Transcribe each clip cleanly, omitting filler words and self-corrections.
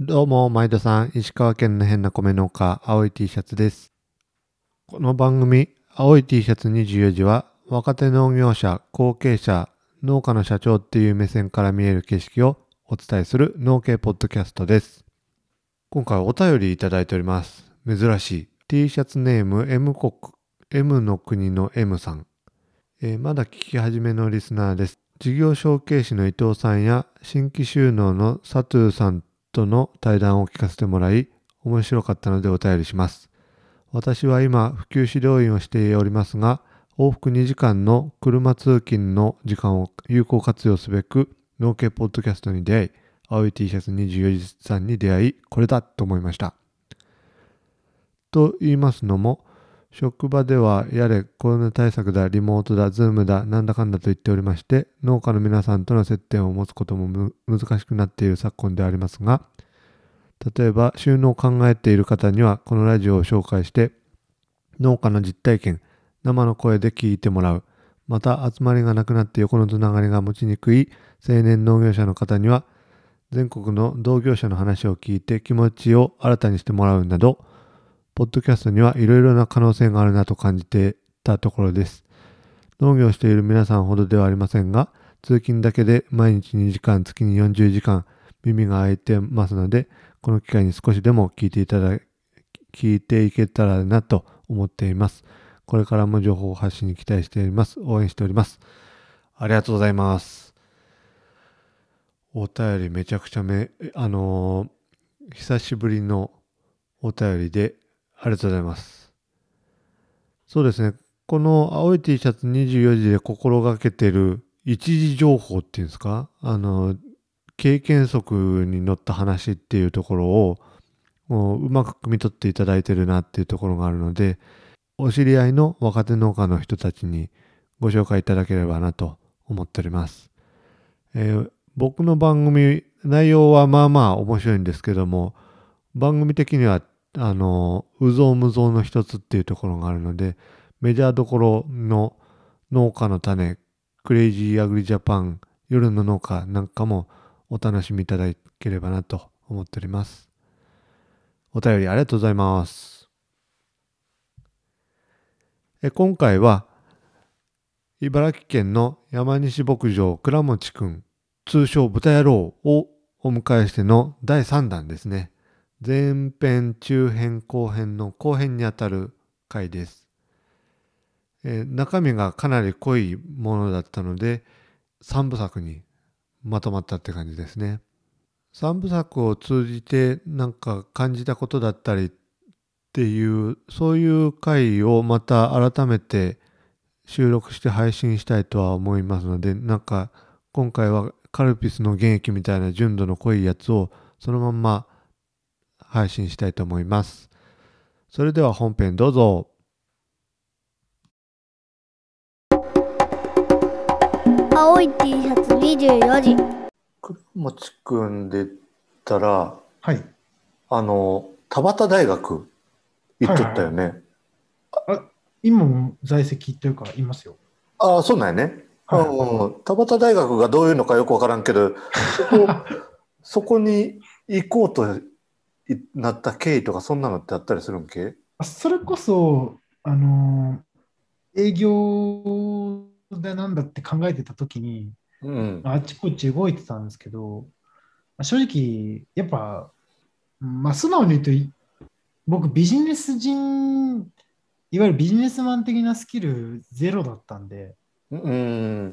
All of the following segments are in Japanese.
どうも、毎度さん、石川県の変な米農家、青い T シャツです。この番組、青い T シャツ24時は、若手農業者、後継者、農家の社長っていう目線から見える景色をお伝えする農系ポッドキャストです。今回お便りいただいております。珍しい。T シャツネーム M の国の M さん。まだ聞き始めのリスナーです。事業承継士の伊藤さんや新規収納の佐藤さんとの対談を聞かせてもらい、面白かったのでお便りします。私は今、普及指導員をしておりますが、往復2時間の車通勤の時間を有効活用すべく、農系ポッドキャストに出会い、青い T シャツ24時さんに出会い、これだと思いました。と言いますのも、職場ではやれコロナ対策だ、リモートだ、ズームだ、なんだかんだと言っておりまして、農家の皆さんとの接点を持つことも難しくなっている昨今でありますが、例えば収納を考えている方にはこのラジオを紹介して、農家の実体験、生の声で聞いてもらう。また集まりがなくなって横のつながりが持ちにくい青年農業者の方には、全国の同業者の話を聞いて気持ちを新たにしてもらうなど、ポッドキャストにはいろいろな可能性があるなと感じてたところです。農業をしている皆さんほどではありませんが、通勤だけで毎日2時間、月に40時間、耳が開いてますので、この機会に少しでも聞いていけたらなと思っています。これからも情報発信に期待しています。応援しております。ありがとうございます。お便りめちゃくちゃ久しぶりのお便りでありがとうございます。そうですね。この青い T シャツ24時で心がけてる一時情報っていうんですか、経験則に乗った話っていうところをもううまく汲み取っていただいてるなっていうところがあるので、お知り合いの若手農家の人たちにご紹介いただければなと思っております。僕の番組、内容はまあまあ面白いんですけども、番組的には、有象無象の一つっていうところがあるので、メジャーどころの農家の種、クレイジーアグリジャパン、夜の農家なんかもお楽しみいただければなと思っております。お便りありがとうございます。今回は、茨城県の山西牧場倉持くん、通称豚野郎をお迎えしての第3弾ですね。前編、中編、後編の後編にあたる回です。中身がかなり濃いものだったので、3部作にまとまったって感じですね。3部作を通じてなんか感じたことだったりっていう、そういう回をまた改めて収録して配信したいとは思いますので、なんか今回はカルピスの原液みたいな純度の濃いやつをそのまんま配信したいと思います。それでは本編どうぞ。 青い T シャツ24時。 倉持くんで言ったら、 はい。 田端大学行っとったよはいね。 今も在籍というかいますよ。 ああ、そうなんやね。田端大学がどういうのかよくわからんけど、そこに行こうとなった経緯とかそんなのってあったりするんけ？ それこそ、営業でなんだって考えてた時に、 うん。 あっちこっち動いてたんですけど、正直、やっぱ、素直に言うと、僕ビジネス人、いわゆるビジネスマン的なスキルゼロだったんで、 うん。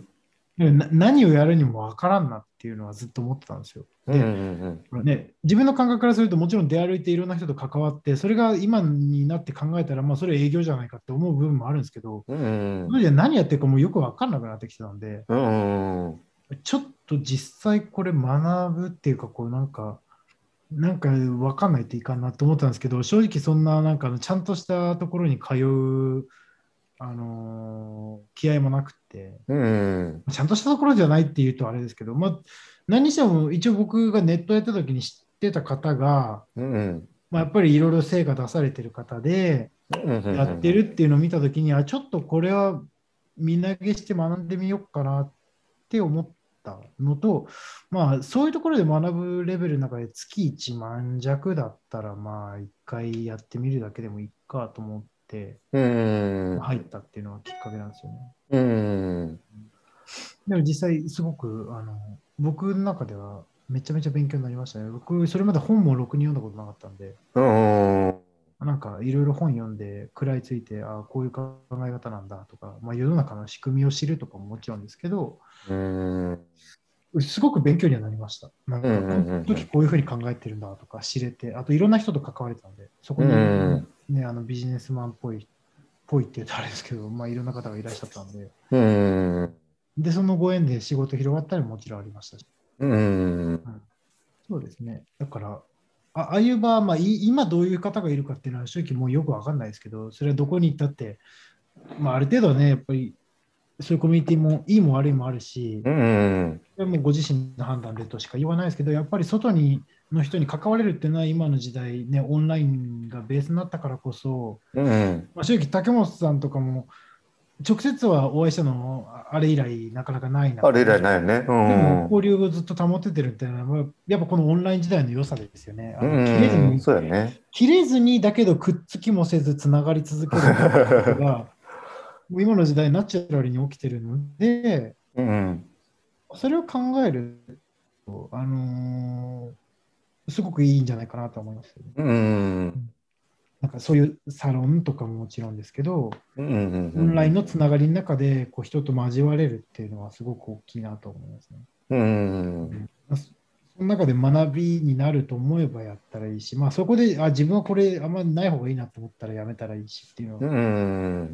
何をやるにもわからんなっていうのはずっと思ってたんですよ。 うん。うで、 ん。 これね、自分の感覚からするともちろん出歩いていろんな人と関わって、それが今になって考えたら、それ営業じゃないかって思う部分もあるんですけど、 うん。 それで何やってるかもうよく分かんなくなってきてたんで、 うん。 ちょっと実際これ学ぶっていうか、なんか分かんないといかんなと思ったんですけど、正直そんななんかちゃんとしたところに通う、気合もなくて、 うん。 ちゃんとしたところじゃないっていうとあれですけど、何にしても一応僕がネットやった時に知ってた方が、 うん。 やっぱりいろいろ成果出されてる方でやってるっていうのを見た時に、ちょっとこれは見投げして学んでみようかなって思っったのと、まあそういうところで学ぶレベルの中で月1万弱だったら、まあ一回やってみるだけでもいいかと思って、 うん。 入ったっていうのがきっかけなんですよね。 うん。 でも実際すごく僕の中ではめちゃめちゃ勉強になりましたね。僕、それまで本もろくに読んだことなかったんで、 うん。 なんかいろいろ本読んで食らいついて、こういう考え方なんだとか、まあ、世の中の仕組みを知るとかももちろんですけど、 うん。 すごく勉強にはなりました。なんか、 うん。 この時こういうふうに考えてるんだとか知れて、あといろんな人と関われたので、そこうに、 ん。 ね、ビジネスマンっぽいって言うとあれですけど、まあ、いろんな方がいらっしゃったんで、 うん。 で、そのご縁で仕事広がったりももちろんありましたし、 うん。 そうですね。だから、ああいう場は、まあ、今どういう方がいるかっていうのは正直もうよくわかんないですけど、それはどこに行ったって、まあ、ある程度はね、やっぱりそういうコミュニティもいいも悪いもあるし、 うん。 それはもうご自身の判断でとしか言わないですけど、やっぱり外の人に関われるっていうのは今の時代、ね、オンラインがベースになったからこそ、 うん。 まあ、正直竹本さんとかも直接はお会いしたのあれ以来なかなかないあれ以中で、 来ないよね。うでもん。 交流をずっと保ててるっていうのは、やっぱこのオンライン時代の良さですよね。 うそうやね。 切れずにだけどくっつきもせずつながり続けることが、もう今の時代ナチュラルに起きてるので、 うん。 それを考えると、すごくいいんじゃないかなと思いますよね。 うん。 なんかそういうサロンとかももちろんですけど、 うん。 オンラインのつながりの中でこう人と交われるっていうのはすごく大きいなと思いますね。 うん。 その中で学びになると思えばやったらいいし、まあそこで自分はこれあんまりない方がいいなと思ったらやめたらいいしっていうのは、 うん。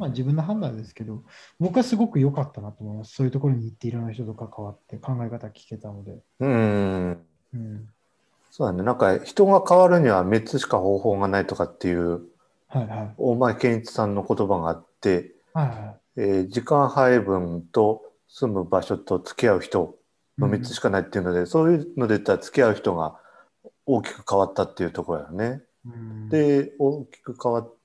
まあ自分の判断ですけど、僕はすごく良かったなと思います。そういうところに行っていろんな人と関わって考え方聞けたので。 うん。 うん。 そうだね。なんか人が変わるには3つしか方法がないとかっていうはいはい。 大前健一さんの言葉があって、 はいはい。 時間配分と住む場所と付き合う人の3つしかないっていうので、そういうので言ったら付き合う人が大きく変わったっていうところだよね。 うん。 で、大きく変わって、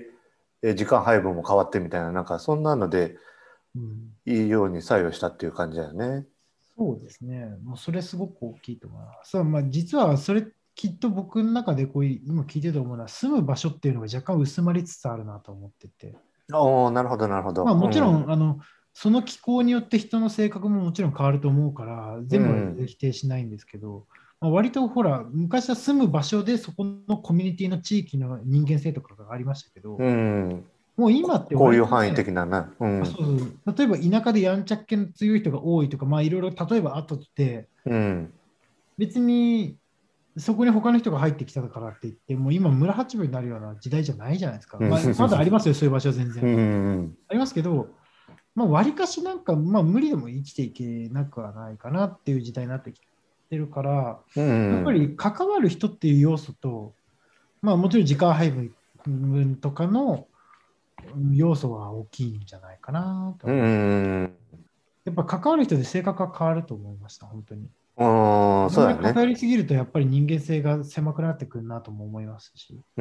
時間配分も変わってみたいな、なんかそんなのでうん、 いいように作用したっていう感じだよね。 そうですね。もうそれすごく大きいと思います。そう、まあ、実はそれきっと僕の中でこういう今聞いてると思うのは住む場所っていうのが若干薄まりつつあるなと思ってて。 おお、なるほど、なるほまあど。うん。 もちろんその気候によって人の性格ももちろん変わると思うからう全部はん。 否定しないんですけど、まあ、割とほら昔は住む場所でそこのコミュニティの地域の人間性とかがありましたけうど、 ん。 もう今ってこうい割う範囲とね、 的なね。うん。 そうそう、例えば田舎でやんちゃっ気の強い人が多いとか、まあいろいろ例えばあったとて、 うん。 別にそこに他の人が入ってきたからって言って、もう今村八分になるような時代じゃないじゃないですか。 うん。 まあ、まだありますよ、そういう場所は全う然。 ん。 ありますけど、まあ、割かしなんか、まあ、無理でも生きていけなくはないかなっていう時代になってきてるから、 うやっぱん。 り関わる人っていう要素と、まあ、もちろん時間配分とかの要素は大きいんじゃないかなとう思います。 ん。 やっぱ関わる人で性格が変わると思いました、本当に。 うん。 あんまりそうだね。 偏りすぎるとやっぱり人間性が狭くなってくるなとも思いますし。 うん。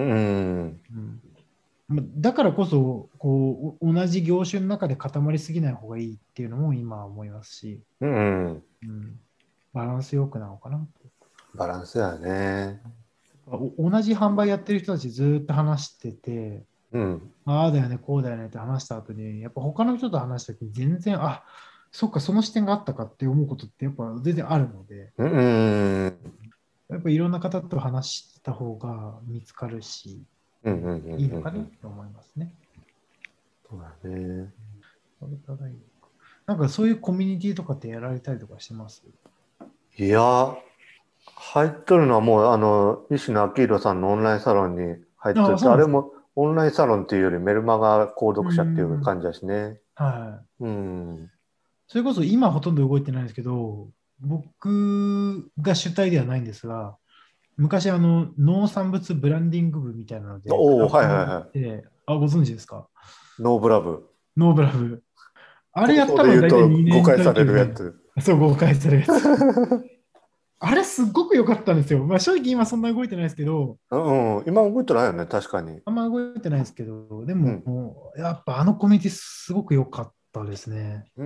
うん、だからこそ同じ業種の中で固まりすぎない方がいいっていうのも今は思いますし、 うん。 うん、バランスよくなのかなと。 バランスだよね。 同じ販売やってる人たちずっと話してて、 うん。 ああだよね、こうだよねって話した後に、やっぱ他の人と話した時に全然、そっか、その視点があったかって思うことってやっぱ全然あるので、 うん。 やっぱいろんな方と話した方が見つかるし、 うん。うん。うん。 いいのかなうん。 と思いますね。 そうだね。 それからいいなんかそういうコミュニティとかってやられたりとかしてます？ いや、入っとるのはもう、西野昭弘さんのオンラインサロンに入っとって、 そうなんですか。 あれもオンラインサロンっていうよりメルマガ購う読者っていうん。 感じだしね。 はい。 うん。 それこそ今ほとんど動いてないんですけど、僕が主体ではないんですが、昔農産物ブランディング部みたいなので、 おお、はい関わっはいはい。 て、ご存知ですか？ ノーブラブ。 ノーブラ部。あれやっ放送でたの大体言うと誤 2年解されちょい前。 るやつ。 そう、誤解されるやつ。あれすっごく良かったんですよ。まあ正直今そんな動いてないですけど、 うんうん。今動いてないよね、確かに。 あんま動いてないですけど、でうん。 も、やっぱあのコミュニティすごく良かっったですね。 うん。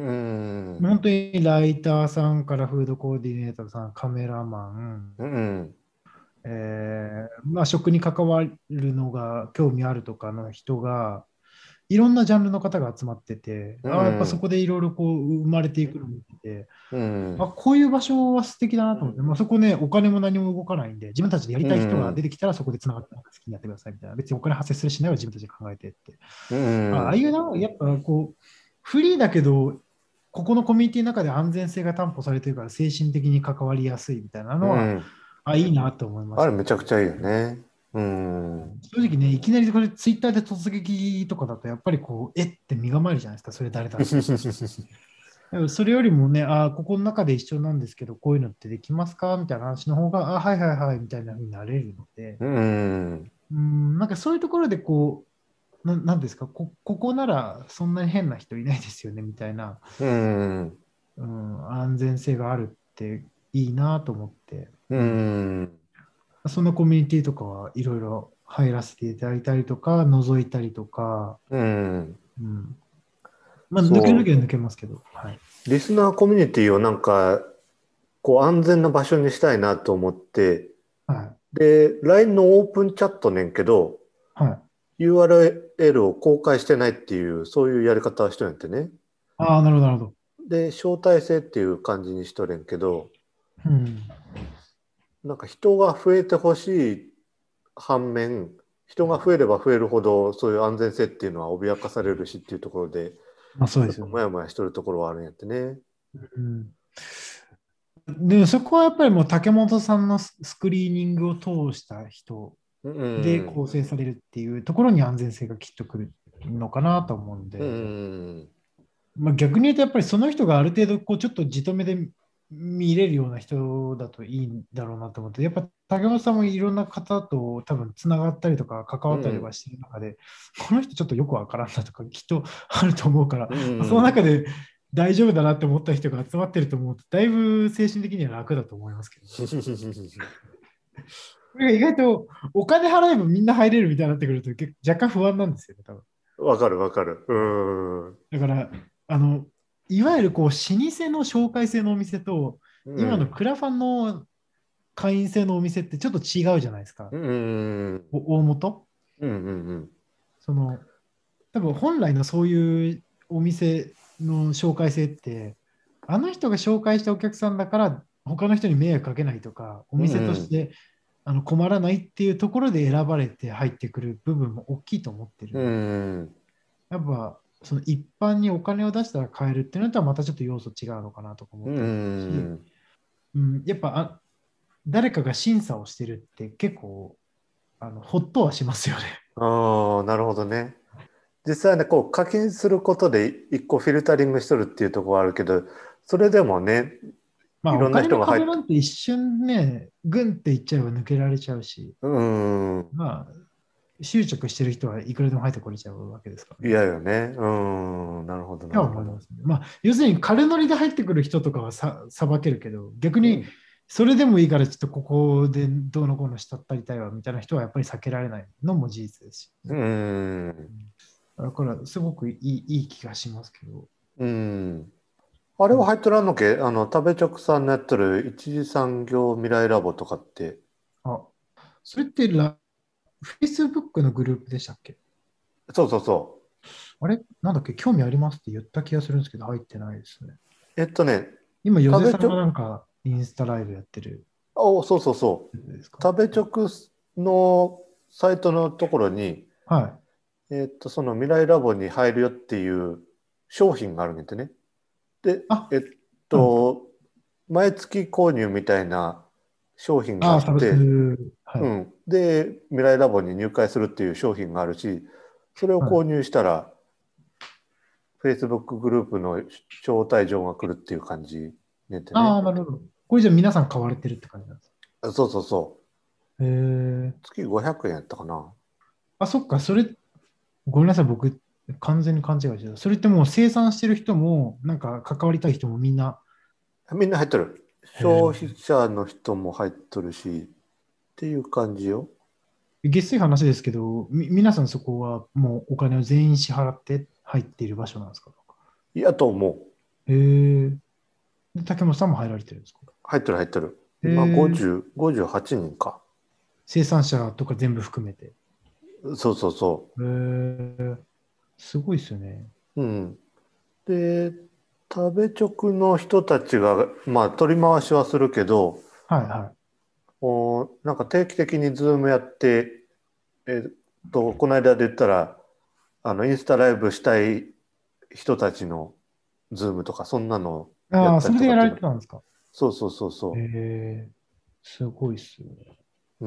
本当にライターさんからフードコーディネーターさん、カメラマン、 うん。 まあ、食に関わるのが興味あるとかの人が、いろんなジャンルの方が集まってて、 うやっぱそん。 こでいろいろこう生まれていくのを見てて、 うん。 こういう場所は素敵だなと思って、まあ、そこね、お金も何も動かないんで、自分たちでやりうたい人が出ん。 てきたらそこでつながって好きにやってくださいみたいな。別にお金発生するしないは自分たちで考えてって。 うああいん。 うやっぱこう、フリーだけど、ここのコミュニティの中で安全性が担保されてるから精神的に関わりやすいみたいなのは、 うん。 いいなと思いまあれしたね。 めちゃくちゃいいよね。うん。 正直ね、いきなりこれツイッターで突撃とかだと、やっぱりこう、って身構えるじゃないですか、それ誰だって。でもそれよりもね、ここの中で一緒なんですけど、こういうのってできますかみたいな話の方が、はいはいはい、みたいな風になれるので、 うん。 なんかそういうところでこう、なんですか、ここならそんなに変な人いないですよね、みたいな、 うん。 安全性があるっていいなと思って、 うん。 そのコミュニティとかはいろいろ入らせていただいたりとか、覗いたりとか、 うん。 うん、まあ、抜けそう。 る抜けは抜けますけど、はい。 リスナーコミュニティをなんか、こう安全な場所にしたいなと思って、 はい。 で、LINE のオープンチャットねんけど、 はい。 URL を公開してないっていう、そういうやり方をしとんやってね。 ああ、なるほど、なるほど。 で、招待制っていう感じにしとれんけど、 うん。 なんか人が増えてほしい反面、人が増えれば増えるほど、そういう安全性っていうのは脅かされるしっていうところで、 まあ、そうちょっですよね。 ともやもやしとるところはあるんやってね。 うん。でもそこはやっぱりもう竹本さんのスクリーニングを通した人うでん。 構成されるっていうところに安全性がきっとくるのかなと思うんうで、 ん。 まあ、逆に言うとやっぱりその人がある程度こうちょっとじとめで見れるような人だといいんだろうなと思って、やっぱ竹本さんもいろんな方と多分つながったりとか関わったりはうん。 してる中で、この人ちょっとよくわからんなとかきっとあると思うから、 うまあそのん。 中で大丈夫だなって思った人が集まってると思うと、だいぶ精神的には楽だと思いますけどね。これが意外とお金払えばみんな入れるみたいになってくると若干不安なんですよね、多分。 わかるわかる。うん。 だから、いわゆるこう老舗の紹介制のお店と、 うん。 今のクラファンの会員制のお店ってちょっと違うじゃないですか。 うん。 大元うん。うん。 その、多分本来のそういうお店の紹介制って、あの人が紹介したお客さんだから、他の人に迷惑かけないとか、おう店としん。 て困らないっていうところで選ばれて入ってくる部分も大きいと思ってるうんで、 ん。 やっぱその一般にお金を出したら買えるっていうのとはまたちょっと要素違うのかなとか思うったりするし、 ん。 やっぱ誰かが審査をしてるって結構ほっとはしますよね。 ああ、なるほどね。実際ね、こう課金することで一個フィルタリングしとるっていうところはあるけど、それでもね、 まあおいろんな金の壁人が入って、 なんて一瞬ね、グンっていっちゃえば抜けられちゃうし、 うん、 まあ執着してる人はいくらでも入ってこれちゃうわけですからね。 嫌よね。うん、なるほど、 いやなるほど。 思いますね。まあ要するに軽乗りで入ってくる人とかはさばけるけど、逆にうん、 それでもいいからちょっとここでどうのこうのしたったりたいわみたいな人はやっぱり避けられないのも事実ですしうね。 ん、 だからすごくいい気がしますけど。 うん。あれは入っとらんのけ食べ直さんのやってる一次産業未来ラボとかって。 あ、それってFacebook のグループでしたっけ？ そうそうそあれなんだっけ興味ありますって言った気がするんですけど、入ってないですね。 う。 今、ヨゼさんが食べちょ、 なんかインスタライブやってるそうそうそう。 やつですか？ 食べ直のサイトのところに、 はい。 その未来ラボに入るよっていう商品があるんだってね。で、 あ、そうなんですか。 毎月購入みたいな商品があサブス、 って、 はい。 うん。で、未来ラボに入会するっていう商品があるし、それをはい。 購入したら、Facebook グループの招待状が来るっていう感じねってね。 なるほど。これじゃあ皆さん買われてるって感じなんですそうそうそう。 か？へえ。 月500円やったかな。 そっか、それ、ごめんなさい、僕、完全に勘違いしてた。それってもう生産してる人も、なんか関わりたい人もみんな、 みんな入ってる。 へー消費者の人も入っとるし、っていう感じよ。 下水話ですけど、皆さんそこはもうお金を全員支払って入っている場所なんですか？ いやと思う。 へえ。で、竹本さんも入られてるんですか？ 入ってる入ってる。 へ今え。 58人か。 生産者とか全部含めて。 そうそうそへえ。すごいですよね。 う。うん。で、食べ直の人たちが、まあ、取り回しはするけど、 はいはなんか定期的にズームやって、この間で言ったら、インスタライブしたい人たちのズームとか、そんなのをい。ああ、 やったそれでやらりとかっていうの。 れてたんですか？ そうそうそうへそえ。すごいっすよね。 う。うん。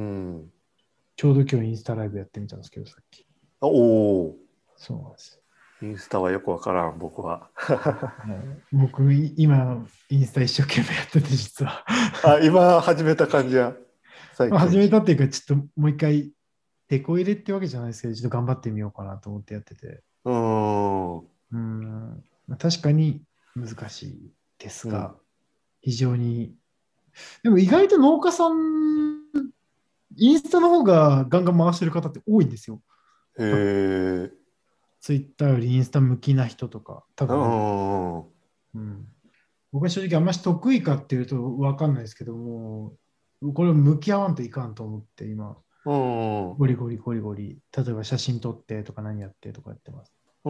ちょうど今日インスタライブやってみたんですけど、さっき。 おお、 そうなんです。 インスタはよくわからん、僕は。 僕、今、インスタ一生懸命やってて、実は。 あ、今始めた感じや、最まあ始近。 めたっていうか、ちょっともう一回、テこ入れってわけじゃないですけど、ちょっと頑張ってみようかなと思ってやってて。 うーん。 確かに難しいですうん。 が、非常に、でも意外と農家さん、インスタの方がガンガン回してる方って多いんですよ。 へえ。 ツイッターよりインスタ向きな人とか、多う分、 ん。うん。 うん、僕は正直あんまし得意かっていうと分かんないですけども、これを向き合わんといかんと思って今、 うん。 ゴリゴリゴリゴリ、例えば写真撮ってとか何やってとかやってます。 うん。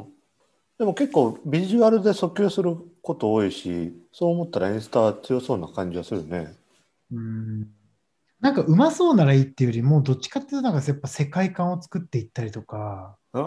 でも結構ビジュアルで訴求すること多いし、そう思ったらインスタ強そうな感じはするね。 うん。なんかうまそうならいいっていうよりも、どっちかっていうとなんかやっぱ世界観を作っていったりとか、 うん。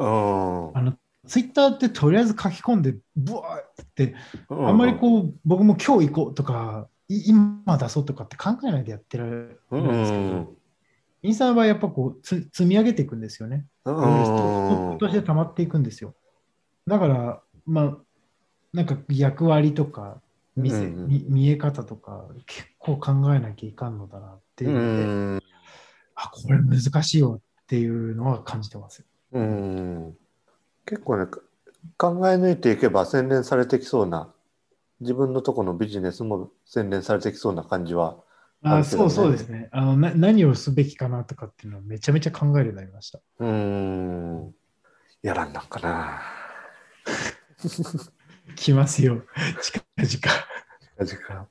あの、ツイッターってとりあえず書き込んで、ブワーって、 うあんまりん。 こう、僕も今日行こうとか、今出そうとかって考えないでやってるうんですけど、 ん。 インスタはやっぱこう、積み上げていくんですよね。 ういわゆるストックん。 として溜まっていくんですよ。だから、まあ、なんか役割とかうん。 見え方とか結構考えなきゃいかんのだなってういうので、 ん。 あ、これ難しいよっていうのは感じてます。 うん。結構ね、考え抜いていけば洗練されてきそうな、自分のとこのビジネスも洗練されてきそうな感じはあるけそうそうどね。 ですね。何をすべきかなとかっていうのはめちゃめちゃ考えるようになりました。 うん。やらんなんかな。 来ますよ。近々。 マジか。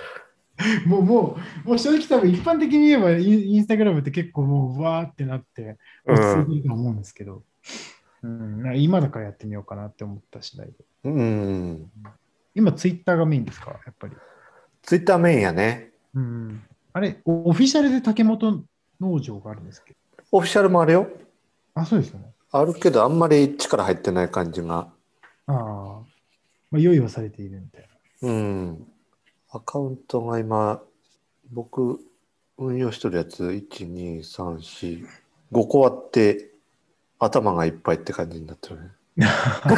もう正直多分一般的に言えばインスタグラムって結構もうわーってなってう落ち着いてん。 ると思うんですけど、なんか今だからやってみようかなって思った次第で。 うん。 今ツイッターがメインですかやっぱり。 ツイッターメインやね。 うん。あれ、オフィシャルで竹本農場があるんですけど。 オフィシャルもあるよ。 あ、そうですよね。 あるけど、あんまり力入ってない感じが。 ああ、まあ、用意はされているみたいうん。アカウントが今、僕、運用してるやつ、1、2、3、4、5個あって、頭がいっぱいって感じになってるね。 な。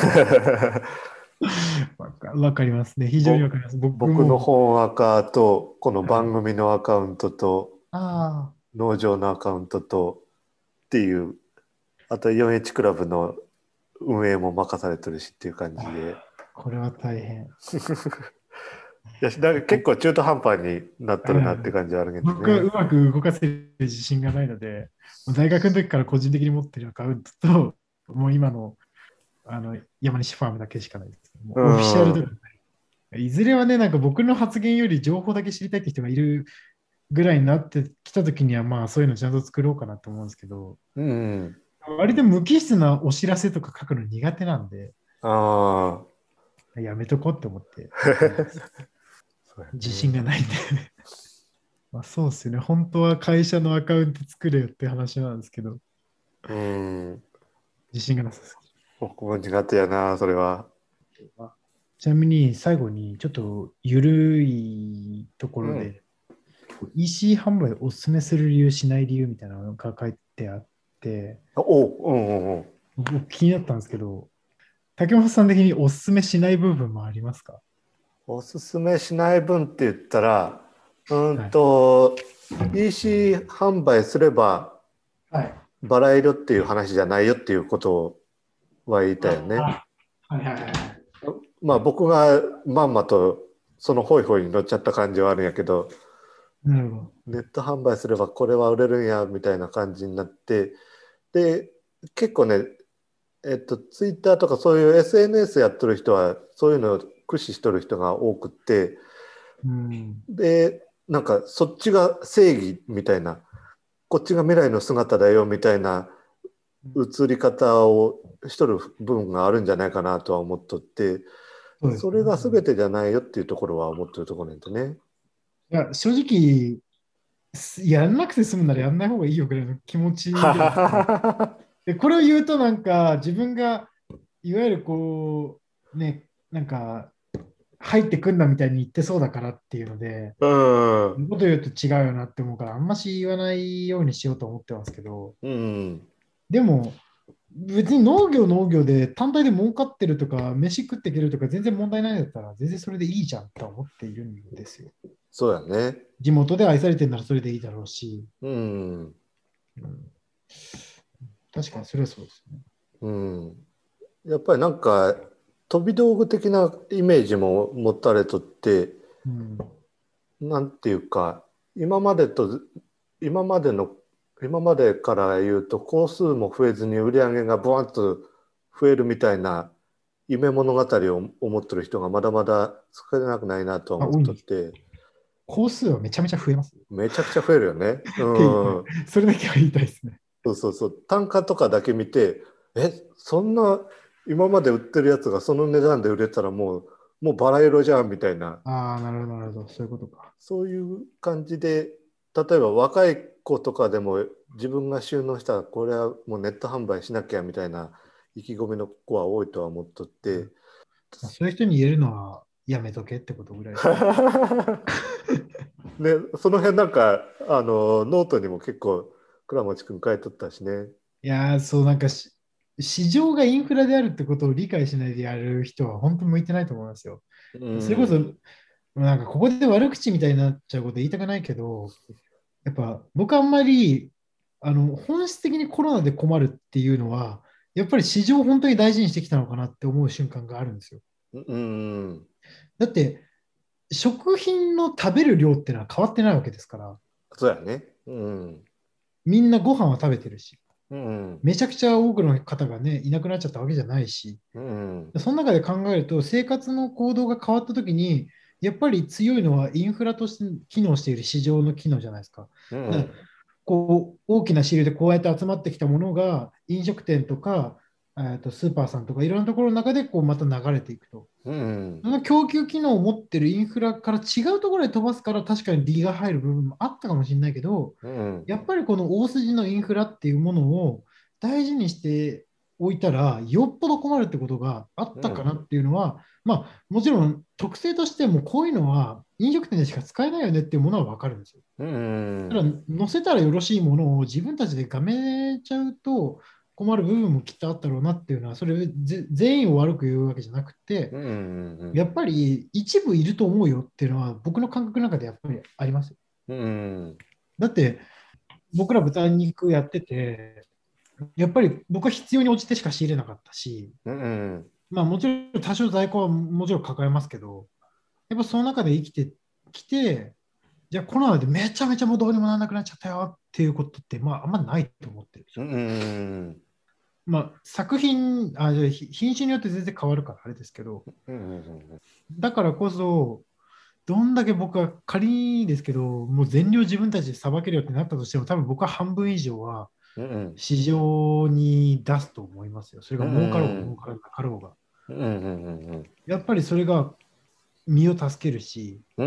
わかりますね。非常にわかります。僕僕のも、 本アカと、このはい。 番組のアカウントと、 あ農場のアカウントとっていう、あと 4H クラブの運営も任されてるしっていう感じで。 これは大変。 いや、だから結構中途半端になっとるなってうん感じはあるけど僕はうね。 まく動かせる自信がないので、大学の時から個人的に持ってるアカウントと、もう今の、山西ファームだけしかないですけども、 うオフィシャルとん。 か、いずれはね、なんか僕の発言より情報だけ知りたいって人がいるぐらいになってきた時には、まあそういうのちゃんと作ろうかなと思うんですけど、 うん。 割と無機質なお知らせとか書くの苦手なんで、 ああ。 やめとこうって思ってやってないです。 そうや自信がね。 ないんで。まあそうですよね。本当は会社のアカウント作れよって話なんですけど、 うん。 自信がなさす僕も苦手やな、それは。 ぎて。ちなみに最後にちょっと緩いとこうん。 ろで EC 販売をおすすめする理由しない理由みたいなのが書いてあって、 うんうんうん。 僕気になったんですけど、竹本さん的におすすめしない部分もありますか？ おすすめしない分って言ったら、 はい。 EC 販売すればはい。 バラ色っていう話じゃないよっていうことは言いたいよね。 あ、はいはいはいはい。 まあ僕がまんまとそのホイホイに乗っちゃった感じはあるんやけど、 なるほど。 ネット販売すればこれは売れるんやみたいな感じになって、で、結構ね、 ツイッターとかそういう SNS やってる人はそういうのを駆使してる人が多くって、 うん。 で、なんかそっちが正義みたいな、こっちが未来の姿だよみたいな映り方をしとる部分があるんじゃないかなとは思っとって、 そうですね。 それが全てじゃないよっていうところは思ってるところなんでね。 いや、正直、やらなくて済むならやらない方がいいよぐらいの気持ちではあって。で、これを言うとなんか自分がいわゆるこう、ね、なんか入ってくんなみたいに言ってそうだからっていうので、 うん。 そういうこと言うと違うよなって思うから、あんまし言わないようにしようと思ってますけど、 うん。 でも、別に農業で単体で儲かってるとか、飯食っていけるとか全然問題ないんだったら、全然それでいいじゃんと思っているんですよ。 そうやね。 地元で愛されてるならそれでいいだろうし、 うん。 うん、確かにそれはそうですね。 うん。やっぱりなんか飛び道具的なイメージも持たれとって、 うん、 なんていうか、今までと、今までの、今までから言うと、工数も増えずに売り上げがブワンと増えるみたいな夢物語を思ってる人がまだまだ少なくないなとは思っ多いんです。 とって、 工数はめちゃめちゃ増えます。っめちゃくちゃ増えるよね。 ていう、 うん。 それだけは言いたいですね。 そうそうそう。単価とかだけ見て、そんな今まで売ってるやつがその値段で売れたらもうバラ色じゃんみたいな、 ああ、なるほど、なるほど。そういうことか。 そういう感じで、例えば若い子とかでも自分が収納したらこれはもうネット販売しなきゃみたいな意気込みの子は多いとは思っとって、 まあ、そういう人に言えるのはやめとけってことぐらいですね。 ね、その辺なんかノートにも結構倉持君書いとったしね。 いやー、そう、なんか市場がインフラであるってことを理解しないでやる人は本当に向いてないと思いますよ。 うそれこそ、 ん、 なんかここで悪口みたいになっちゃうこと言いたくないけど、やっぱ僕あんまり本質的にコロナで困るっていうのは、やっぱり市場を本当に大事にしてきたのかなって思う瞬間があるんですよ。 うん、 だって食品の食べる量っていうのは変わってないわけですから、 そうやね。うん、 みんなご飯は食べてるし、 うん、 めちゃくちゃ多くの方がね、いなくなっちゃったわけじゃないし、 うん、 その中で考えると、生活の行動が変わったときに、やっぱり強いのはインフラとして機能している市場の機能じゃないですか。だからうん、 こう大きな市場でこうやって集まってきたものが飲食店とか、スーパーさんとかいろんなところの中でこうまた流れていくと。 うん、 その供給機能を持ってるインフラから違うところで飛ばすから確かに利が入る部分もあったかもしれないけど、 うん、 やっぱりこの大筋のインフラっていうものを大事にしておいたら、よっぽど困るってことがあうん、 ったかなっていうのは、まあ、もちろん特性としてもこういうのは飲食店でしか使えないよねっていうものは分かるんですよ。 うん、 ただ、載せたらよろしいものを自分たちでがめちゃうと困る部分もきっとあったろうなっていうのは、それ全員を悪く言うわけじゃなくて、 うん、 やっぱり一部いると思うよっていうのは僕の感覚の中でやっぱりありますよ。 うん、 だって僕ら豚肉やってて、やっぱり僕は必要に応じてしか仕入れなかったし、 うん、 まあもちろん多少在庫はもちろん抱えますけど、やっぱその中で生きてきて、じゃあコロナでめちゃめちゃもうどうにもならなくなっちゃったよっていうことって、まああんまないと思ってるんですよ。 うん、 まあ作品、じゃあ品種によって全然変わるからあれですけど、 うん、 だからこそ、どんだけ僕は仮にですけど、もう全量自分たちでさばけるよってなったとしても、多分僕は半分以上はうん、 市場に出すと思いますよ。それうが儲かろうが儲ん、 からなかろうが。 うん、 やっぱりそれが身を助けるし、 うん、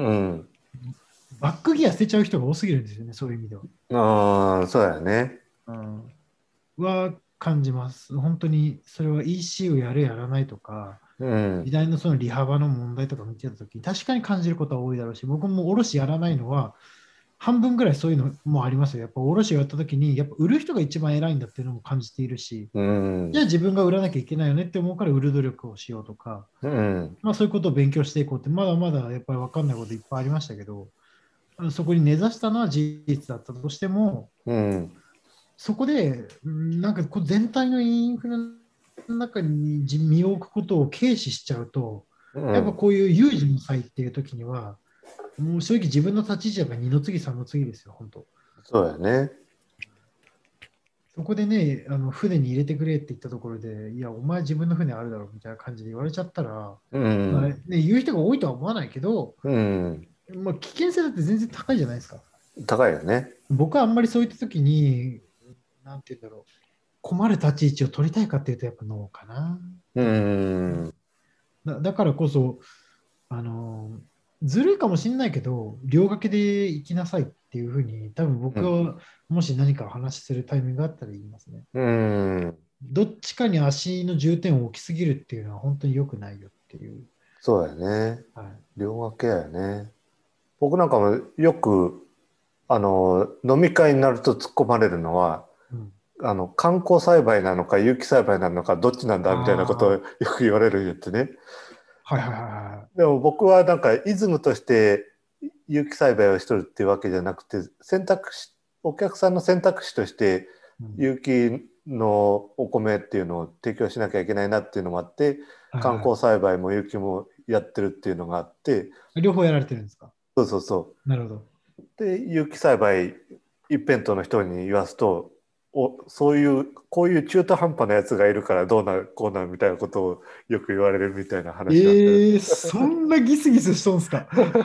バックギア捨てちゃう人が多すぎるんですよね、そういう意味では。 ああ、そうやね。 うん、は感じます。本当にそれは EC をやるやらないとか、 うん、 時代のその利幅の問題とか見てたときに確かに感じることは多いだろうし、僕も卸やらないのは半分ぐらいそういうのもありますよ。やっぱ卸をやったときに、やっぱ売る人が一番偉いんだっていうのも感じているし、 うん、 じゃあ自分が売らなきゃいけないよねって思うから売る努力をしようとか、 うん、 まあ、そういうことを勉強していこうって、まだまだやっぱり分かんないこといっぱいありましたけど、そこに根ざしたのは事実だったとしても、 うん、 そこで、なんかこう全体のインフラの中に身を置くことを軽視しちゃうと、やっぱこういう有事の際っていう時には、もう正直自分の立ち位置が二の次三の次ですよ、本当。 そうやね。 そこでね、船に入れてくれって言ったところで、いや、お前自分の船あるだろみたいな感じで言われちゃったら、 うまあん。 ね、言う人が多いとは思わないけど、 うん。 まあ、危険性だって全然高いじゃないですか。 高いよね。 僕はあんまりそういった時に、なんて言うんだろう、困る立ち位置を取りたいかっていうと、やっぱノーかなっうていう。 ん。 だからこそ、あの、ずるいかもしれないけど、両掛けで行きなさいっていうふうに、多分うん。 僕はもし何かお話しするタイミングがあったら言いますね。 うん。 どっちかに足の重点を置きすぎるっていうのは本当に良くないよっていう。 そうだよね。 はい。 両分けだよね。僕なんかもよく、飲み会になると突っ込まれるのは、 うん、 観光栽培なのか有機栽培なのかどっちなんだみたいなことをよああ、 く言われるんやってね。 はいはいはいはでも僕はなんかイズムとして有機栽培をしとるっていうわけじゃなくて、お客さんの選択肢としてい。うん、 有機のお米っていうのを提供しなきゃいけないなっていうのもあって、観光はいはい。 栽培も有機もやってるっていうのがあって、 両方やられてるんですか？ そうそうそなるほど。 う。で、有機栽培一辺倒の人に言わすと、そういう、こういう中途半端なやつがいるからどうなる、こうなるみたいなことをよく言われるみたいな話なんで。 そんなギスギスしとんすか？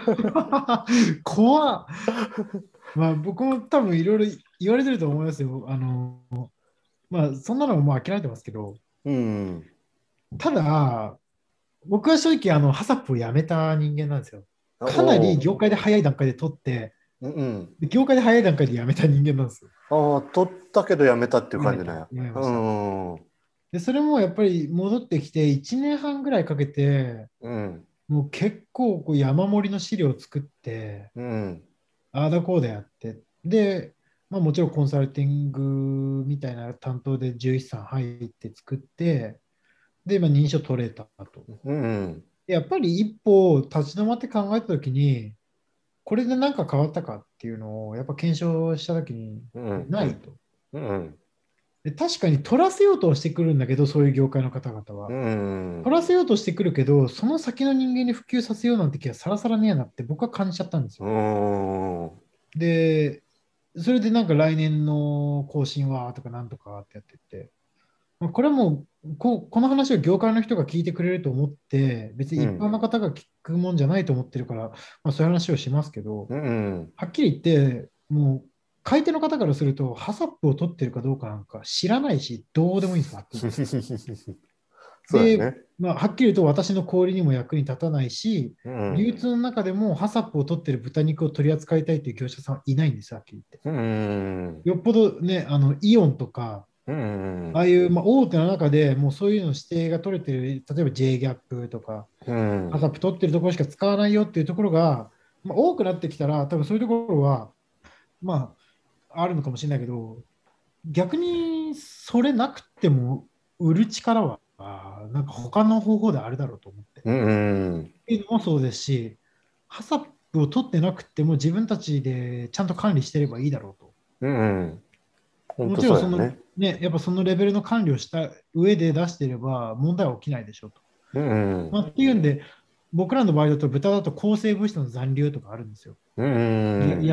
怖っ。まあ僕も多分いろいろ言われてると思いますよ。まあそんなのももう諦めてますけど、 うん。 ただ、僕は正直ハサップをやめた人間なんですよ。 おかなりお。 業界で早い段階で取って、 うん。 で業界で早い段階でやめた人間なんですよ。 ああ、取ったけどやめたっていう感じなんや。 やめまうした。 ん。うん。 で、それもやっぱり戻ってきて1年半ぐらいかけて、 うん。 もう結構こう山盛りの資料を作って、 うん。 ああだこうだやって、で、まあ、もちろんコンサルティングみたいな担当で獣医師さん入って作って、で、まあ、認証取れたと。 うん。 でやっぱり一歩立ち止まって考えたときに、これで何か変わったかっていうのをやっぱ検証したときにうん。うん。 ないと。 うん。 で確かに取らせようとはしてくるんだけど、そういう業界の方々 うは。取ん。 らせようとしてくるけど、その先の人間に普及させようなんて気はさらさらねえなって僕は感じちゃったんですうよ。 ん。 で、それでなんか来年の更新はとかなんとかってやってて、まあこれはもうこの話を業界の人が聞いてくれると思って、別に一般うん。 の方が聞くもんじゃないと思ってるから、まあ、そういう話をしますけど、 うん。 はっきり言って、もう買い手の方からすると、ハサップを取ってるかどうかなんか知らないし、どうでもいいんですよ、はっきり言って。で、 そうやね。 まあ、はっきり言うと私の小売りにも役に立たないし、 うん。 流通の中でもハサップを取ってる豚肉を取り扱いたいという業者さんはいないんですよ、はっきり言って。 うん。 よっぽどね、イオンとか、 うん。 ああいう、まあ、大手の中でもうそういうの指定が取れてる、例えば J ギャップとか、 うん。 ハサップ取ってるところしか使わないよっていうところが、まあ、多くなってきたら、多分そういうところは、まあ、あるのかもしれないけど、逆にそれなくても売る力は、なんか他の方法であるだろうと思って。っうん。 ていうのもそうですし、ハサップを取ってなくても自分たちでちゃんと管理してればいいだろうと。 うん。本当もちろんそのそうやね。 ね、やっぱそのレベルの管理をした上で出していれば問題は起きないでしょうと。 うん。 まあ、っていうんで、僕らの場合だと豚だと抗生物質の残留とかあるんですよ。 うん。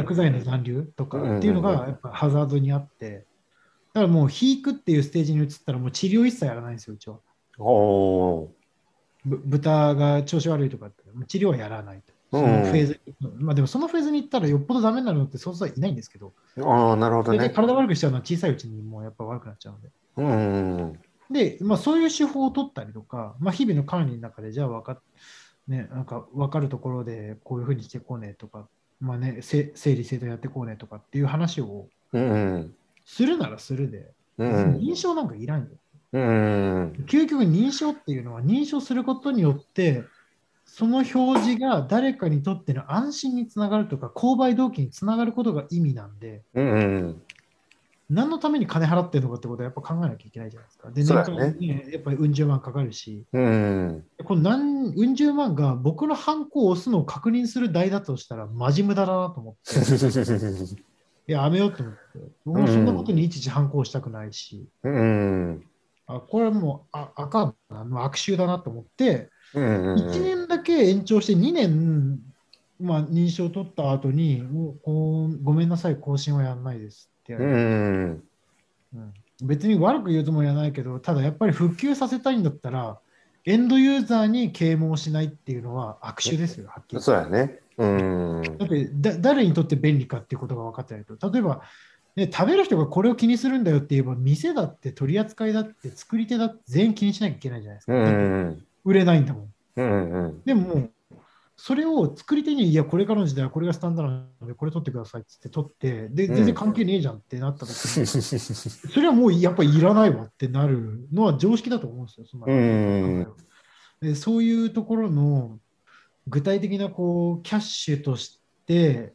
薬剤の残留とうかっていうのがん。 やっぱハザードにあって、だからもう肥育っていうステージに移ったらもう治療一切やらないんですよ、うちは。 おー。 豚が調子悪いとかってもう治療はやらないと。 うそのフェーん。 ズに、まあでもそのフェーズに行ったらよっぽどダメになるのってそうそういないんですけど、 ああ、なるほど大体ね。 体悪くしちゃうのは小さいうちにもうやっぱ悪くなっちゃうので。 うん。 で、まあ、そういう手法を取ったりとか、まあ、日々の管理の中で、じゃあなんか分かるところでこういうふうにしていこうねとか、まあね、整理整頓やっていこうねとかっていう話をうん。 するならするで、 うん。 別に認証なんかいらんよ。 うん。 究極認証っていうのは認証することによって、その表示が誰かにとっての安心につながるとか、購買動機につながることが意味なんで、 うん。 何のために金払ってるのかってことはやっぱ考えなきゃいけないじゃないですか。で、年間そうやね。 ね、やっぱりうん十万かかるし、 うん。 このうん十万が僕のハンコを押すのを確認する代だとしたらマジ無駄だなと思って、いや、やめようと思って、僕うもそんなことん。 にいちいちハンコをしたくないし、 うん。 これはもうあかんな、もう悪臭だなと思って、 うん。 1 うん。 年だけ延長して2年、まあ、認証を取った後に、もうごめんなさい、更新はやらないですってやうりました。 ん。 うん、 別に悪く言うつもりはないけど、ただやっぱり普及させたいんだったら、エンドユーザーに啓蒙しないっていうのは悪手ですよ、はっきり言って。 そうやね。 だって誰にとって便利かっていうことが分かってないと。例えば、ね、食べる人がこれを気にするんだよって言えば、店だって取り扱いだって作り手だって全員気にしなきゃいけないじゃないですか。だって売れないんだもん。でも、それを作り手に、いや、これからの時代はこれがスタンダードなので、これ取ってくださいって取って、で、全然関係ねえじゃんってなった時に、それはもうやっぱりいらないわってなるのは常識だと思うんですよ、そんな考えは。で、そういうところの具体的なこうキャッシュとして、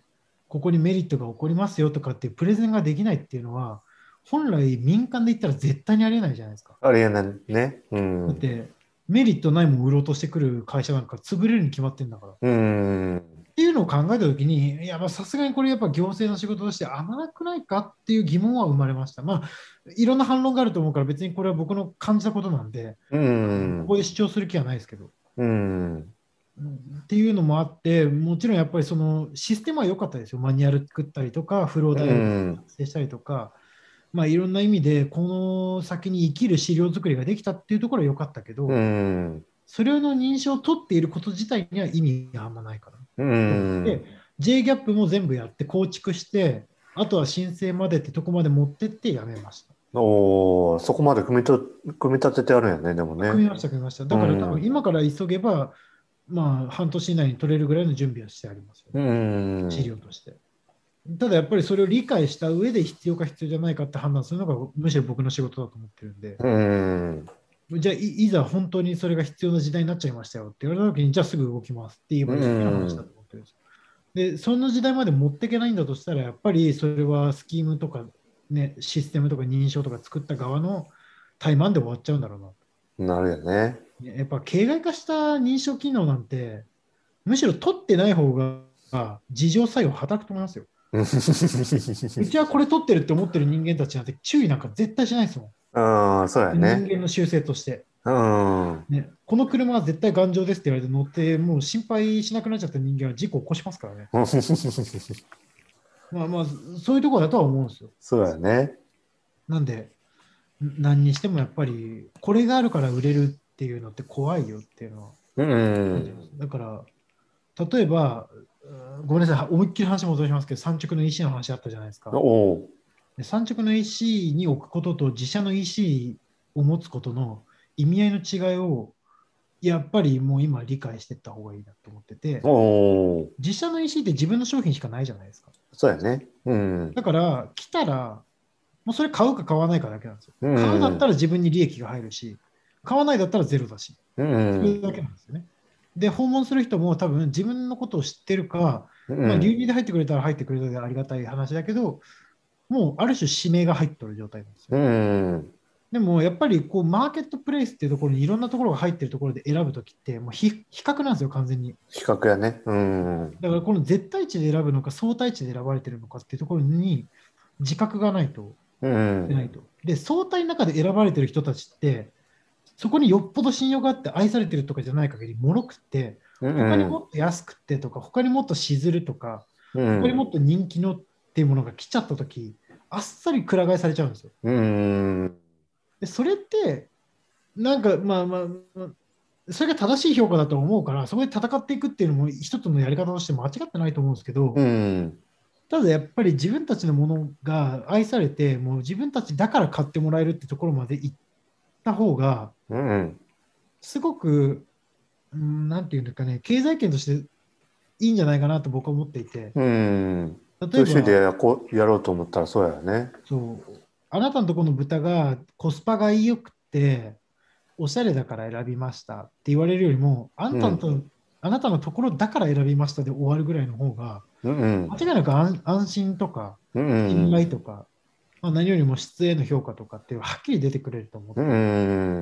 ここにメリットが起こりますよとかっていうプレゼンができないっていうのは、本来民間で言ったら絶対にありえないじゃないですか。 ありえないね。 だってメリットないもん売ろうとしてくる会社なんか潰れるに決まってんだから。っていうのを考えたときに、いや、さすがにこれやっぱ行政の仕事として甘なくないかっていう疑問は生まれました。まあ、いろんな反論があると思うから、別にこれは僕の感じたことなんで、ここで主張する気はないですけど。っていうのもあって、もちろんやっぱりそのシステムは良かったですよ。マニュアル作ったりとか、フローダイアグラム作成したりとか、まあいろんな意味で、この先に生きる資料作りができたっていうところは良かったけど、それの認証を取っていること自体には意味があんまないかな。で、JGAP も全部やって構築して、あとは申請までってとこまで持ってってやめました。 そこまで組み立ててあるんやね、でもね。 組みました、組みました。だから多分今から急げば、まあ半年以内に取れるぐらいの準備はしてありますよね。資料として。ただやっぱりそれを理解した上で必要か必要じゃないかって判断するのがむしろ僕の仕事だと思ってるんで。じゃあいざ本当にそれが必要な時代になっちゃいましたよって言われた時に、じゃあすぐ動きますって言えばいいだけの話だと思ってるんですよ。で、その時代まで持っていけないんだとしたら、やっぱりそれはスキームとか、ね、システムとか認証とか作った側の怠慢で終わっちゃうんだろうな。なるよね。 やっぱ形骸化した認証機能なんて、むしろ取ってない方が自浄作用を働くと思いますよ。うちはこれ取ってるって思ってる人間たちなんて注意なんか絶対しないですもん。 そうやね。 人間の習性として。ね、この車は絶対頑丈ですって言われて乗って、もう心配しなくなっちゃった人間は事故を起こしますからね。まあまあ、そういうところだとは思うんですよ。 そうやね。 なんで、何にしてもやっぱり、これがあるから売れるっていうのって怖いよっていうのは感じます。だから、例えば、ごめんなさい、思いっきり話戻しますけど、産直の EC の話あったじゃないですか。で産直の EC に置くことと自社の EC を持つことの意味合いの違いをやっぱりもう今理解していった方がいいなと思ってて、自社の EC って自分の商品しかないじゃないですか。 そうやね。 だから来たら、もうそれ買うか買わないかだけなんですよ。買うだったら自分に利益が入るし、買わないだったらゼロだし、それだけなんですよね。で、訪問する人も多分自分のことを知ってるか、まあ、流入で入ってくれたら入ってくれたでありがたい話だけど、もうある種指名が入ってる状態なんですよ。でもやっぱりこうマーケットプレイスっていうところにいろんなところが入ってるところで選ぶときってもう比較なんですよ、完全に。 比較やね。 だからこの絶対値で選ぶのか相対値で選ばれてるのかっていうところに自覚がないとないと。で、相対の中で選ばれてる人たちって、そこによっぽど信用があって愛されてるとかじゃない限り、脆くって、他にもっと安くてとか、他にもっとしずるとか、他にもっと人気のっていうものが来ちゃったとき、あっさりくら替えされちゃうんですよ。でそれって、なんかまあまあ、それが正しい評価だと思うから、そこで戦っていくっていうのも一つのやり方として間違ってないと思うんですけど、ただやっぱり自分たちのものが愛されて、もう自分たちだから買ってもらえるってところまで行った方が、すごく、なんていうんですかね、経済圏としていいんじゃないかなと僕は思っていて、例えば、 でやろうと思ったらそうやね。 そう、あなたのところの豚がコスパが良くて、おしゃれだから選びましたって言われるよりも、あなたのところだから選びましたで終わるぐらいの方が、間違いなく安心とか、信頼とか、まあ、何よりも質への評価とかっていうのははっきり出てくれると思って、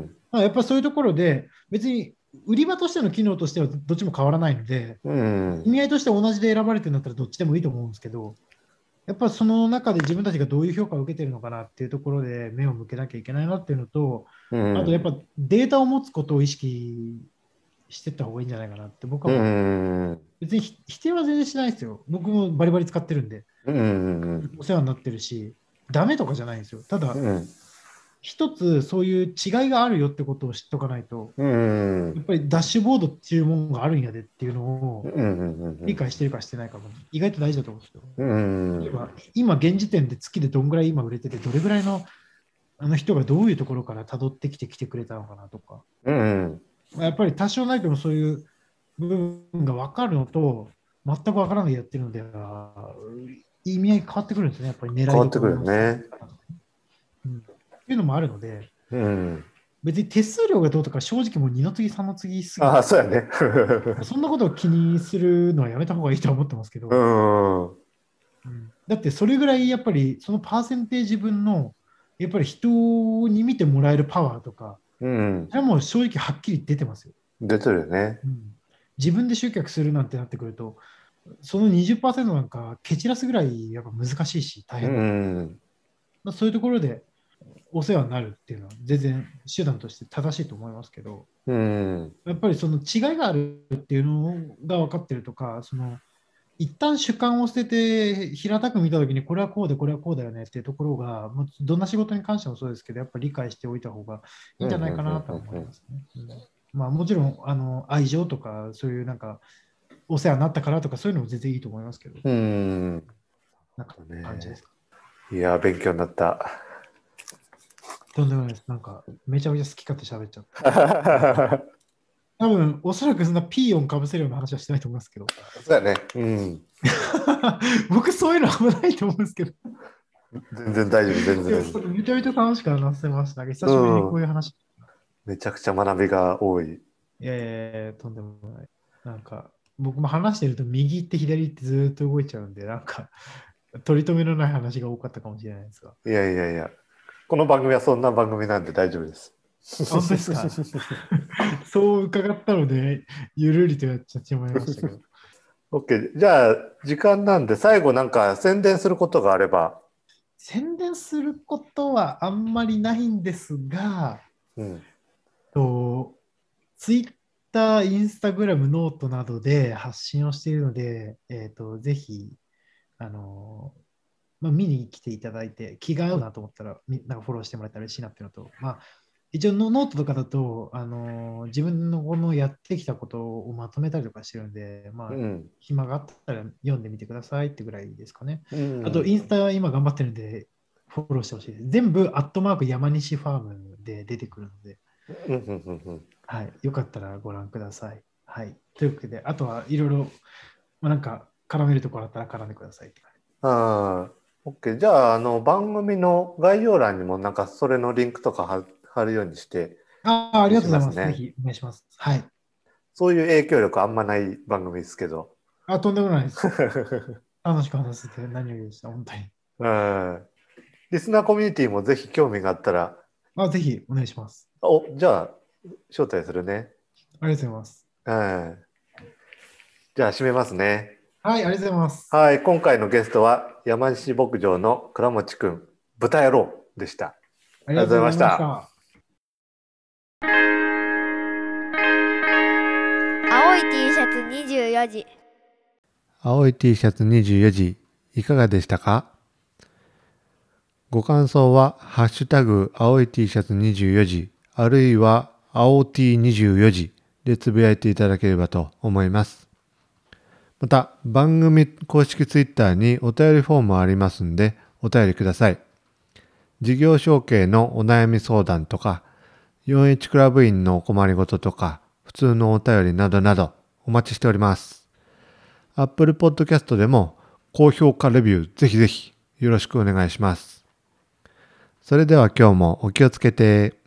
まあ、やっぱりそういうところで、別に売り場としての機能としてはどっちも変わらないので、意味合いとして同じで選ばれてるんだったらどっちでもいいと思うんですけど、やっぱその中で自分たちがどういう評価を受けてるのかなっていうところで目を向けなきゃいけないなっていうのと、あとやっぱデータを持つことを意識していった方がいいんじゃないかなって僕は思う。別に否定は全然しないですよ。僕もバリバリ使ってるんで、お世話になってるし、ダメとかじゃないんですよ。ただ、 一つそういう違いがあるよってことを知っとかないと、 うんやっぱりダッシュボードっていうものがあるんやでっていうのをうん理解してるかしてないかも意外と大事だと思うんですよ。 うん例えば今現時点で月でどんぐらい今売れてて、どれぐらいのあの人がどういうところから辿ってきて来てくれたのかなとか、 うんやっぱり多少ないけどもそういう部分が分かるのと、全く分からないでやってるのでは、意味合い変わってくるんですね、やっぱり狙い変わってくるよどころのね。 っていうのもあるので、 うん。 別に手数料がどうとか、正直もう二の次、三の次すぎああ、そうやね。 そんなことを気にするのはやめた方がいいとは思ってますけど、 うんだってそれぐらいやっぱりそのパーセンテージ分のやっぱり人に見てもらえるパワーとか、 うんそれはもう正直はっきり出てますよ。 出てるよね。 自分で集客するなんてなってくると、その 20% なんか蹴散らすぐらいやっぱ難しいし大う変だ。 んそういうところでお世話になるっていうのは全然手段として正しいと思いますけど、 うんやっぱりその違いがあるっていうのが分かってるとか、その一旦主観を捨てて平たく見たときにこれはこうでこれはこうだよねっていうところが、もうどんな仕事に関してもそうですけど、やっぱり理解しておいた方がいいんじゃないかなとは思いますね。まあもちろん愛情とかそういうなんかお世話になったからとかそういうのも全然いいと思いますけど、 うんなんか感じですか。 いや、勉強になった。 とんでもないです。なんかめちゃめちゃ好き勝手喋っちゃった。多分おそらくそんなピーヨンかぶせるような話はしてないと思いますけど。 そうやね。うん僕そういうのあんまないと思うんですけど。 全然大丈夫、全然大丈夫。 めちゃめちゃ楽しく話せました。久しぶりにこういう話。 めちゃくちゃ学びが多い。 いやいやいや、とんでもない。なんか、僕も話してると右行って左行ってずっと動いちゃうんで、なんか、取り留めのない話が多かったかもしれないですが。 いやいやいや、この番組はそんな番組なんで大丈夫です。 本当ですかそう伺ったので、ゆるりとやっちゃってしまいましたけど。 OK。じゃあ、時間なんで、最後なんか宣伝することがあれば。 宣伝することはあんまりないんですが、ツイッター、インスタグラム、ノートなどで発信をしているので、ぜひ、見に来ていただいて、気が合うなと思ったら、なんかフォローしてもらえたら嬉しいなっていうのと、一応ノートとかだと、自分のこのやってきたことをまとめたりとかしてるんで、暇があったら読んでみてくださいってぐらいですかね。あと、インスタ今頑張ってるんで、フォローしてほしいです。全部、アットマーク山西ファームで出てくるので、はい、よかったらご覧ください。はい。というわけで、あとはいろいろ、なんか絡めるところあったら絡んでくださいって感じ。 OK。じゃあ、番組の概要欄にもなんかそれのリンクとか貼るようにして、 ありがとうございます。ぜひお願いします。はい。 そういう影響力あんまない番組ですけど。 とんでもないです。楽しく話せて何よりでした、本当に。 リスナーコミュニティもぜひ興味があったら。 ぜひお願いします。 じゃあ、招待するね。 ありがとうございます。 じゃあ、締めますね。 はい、ありがとうございます。 はい、今回のゲストは山西牧場の倉持くん、豚野郎でした。 ありがとうございました。 青い T シャツ24時。 青い T シャツ24時、いかがでしたか？ご感想は、ハッシュタグ、青い T シャツ24時、あるいは、青 T24 時でつぶやいていただければと思います。また、番組公式ツイッターにお便りフォームありますんで、お便りください。事業承継のお悩み相談とか、4H クラブ員のお困りごととか、普通のお便りなどなど、お待ちしております。Apple Podcast でも、高評価レビューぜひぜひよろしくお願いします。それでは今日もお気をつけて。